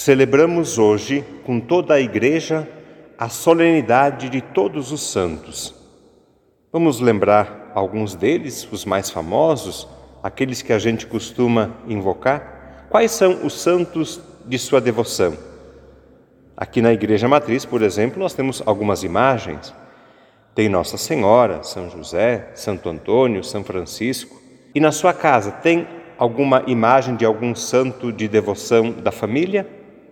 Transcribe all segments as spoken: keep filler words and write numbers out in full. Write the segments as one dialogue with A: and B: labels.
A: Celebramos hoje, com toda a Igreja, a solenidade de todos os santos. Vamos lembrar alguns deles, os mais famosos, aqueles que a gente costuma invocar. Quais são os santos de sua devoção? Aqui na Igreja Matriz, por exemplo, nós temos algumas imagens. Tem Nossa Senhora, São José, Santo Antônio, São Francisco. E na sua casa tem alguma imagem de algum santo de devoção da família?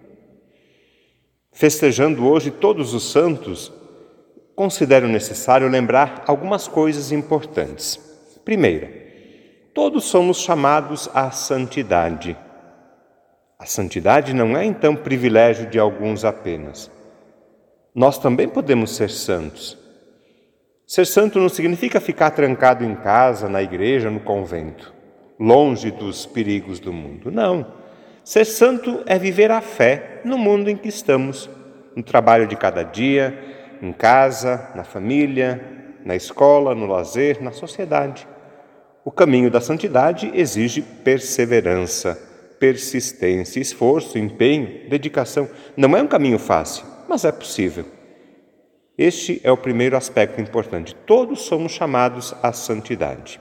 A: Festejando hoje todos os santos, considero necessário lembrar algumas coisas importantes. Primeira, todos somos chamados à santidade. A santidade não é, então, privilégio de alguns apenas. Nós também podemos ser santos. Ser santo não significa ficar trancado em casa, na igreja, no convento, longe dos perigos do mundo. Não. Ser santo é viver a fé no mundo em que estamos, no trabalho de cada dia, em casa, na família, na escola, no lazer, na sociedade. O caminho da santidade exige perseverança, persistência, esforço, empenho, dedicação. Não é um caminho fácil, mas é possível. Este é o primeiro aspecto importante. Todos somos chamados à santidade.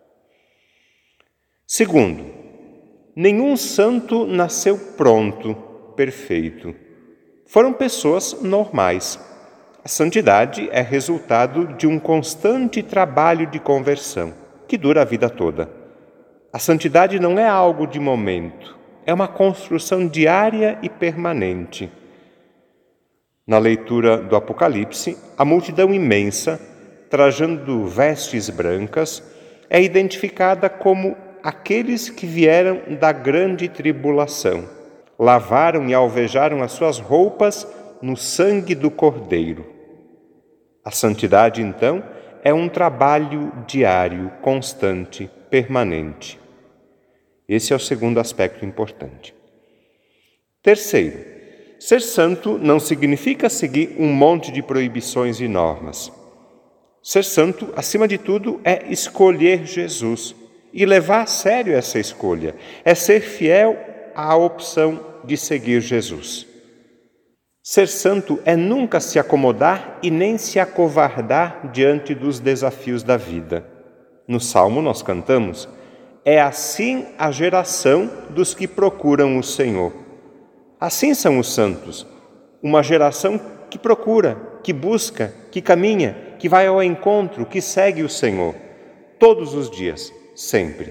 A: Segundo, nenhum santo nasceu pronto, perfeito. Foram pessoas normais. A santidade é resultado de um constante trabalho de conversão, que dura a vida toda. A santidade não é algo de momento, é uma construção diária e permanente. Na leitura do Apocalipse, a multidão imensa, trajando vestes brancas, é identificada como aqueles que vieram da grande tribulação, lavaram e alvejaram as suas roupas no sangue do Cordeiro. A santidade, então, é um trabalho diário, constante, permanente. Esse é o segundo aspecto importante. Terceiro, ser santo não significa seguir um monte de proibições e normas. Ser santo, acima de tudo, é escolher Jesus e levar a sério essa escolha, é ser fiel à opção de seguir Jesus. Ser santo é nunca se acomodar e nem se acovardar diante dos desafios da vida. No Salmo nós cantamos: é assim a geração dos que procuram o Senhor. Assim são os santos, uma geração que procura, que busca, que caminha, que vai ao encontro, que segue o Senhor, todos os dias. Sempre.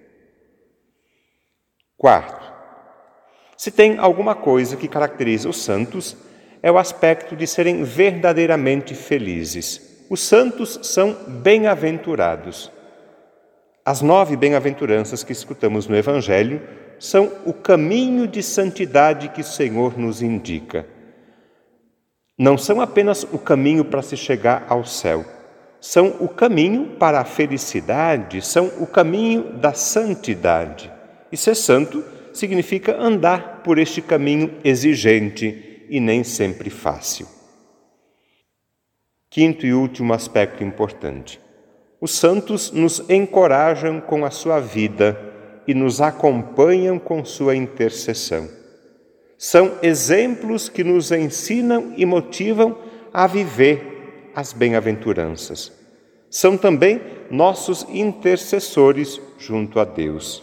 A: Quarto, se tem alguma coisa que caracteriza os santos, é o aspecto de serem verdadeiramente felizes. Os santos são bem-aventurados. As nove bem-aventuranças que escutamos no Evangelho são o caminho de santidade que o Senhor nos indica. Não são apenas o caminho para se chegar ao céu, são o caminho para a felicidade, são o caminho da santidade. E ser santo significa andar por este caminho exigente e nem sempre fácil. Quinto e último aspecto importante. Os santos nos encorajam com a sua vida e nos acompanham com sua intercessão. São exemplos que nos ensinam e motivam a viver as bem-aventuranças. São também nossos intercessores junto a Deus.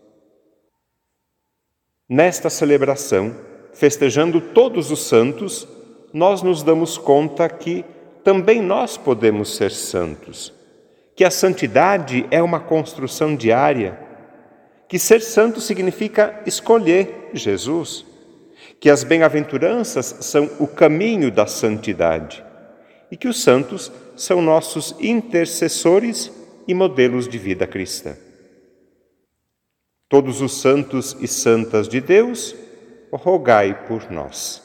A: Nesta celebração, festejando todos os santos, nós nos damos conta que também nós podemos ser santos, que a santidade é uma construção diária, que ser santo significa escolher Jesus, que as bem-aventuranças são o caminho da santidade, e que os santos são nossos intercessores e modelos de vida cristã. Todos os santos e santas de Deus, rogai por nós.